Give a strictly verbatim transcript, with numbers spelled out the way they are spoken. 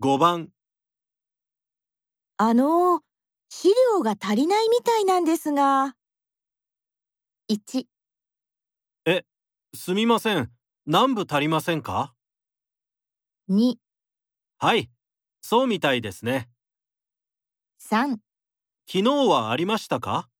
ごばん。 あの、資料が足りないみたいなんですが。いち、 え、すみません。何部足りませんか？ に、 はい、そうみたいですね。 さん。 昨日はありましたか？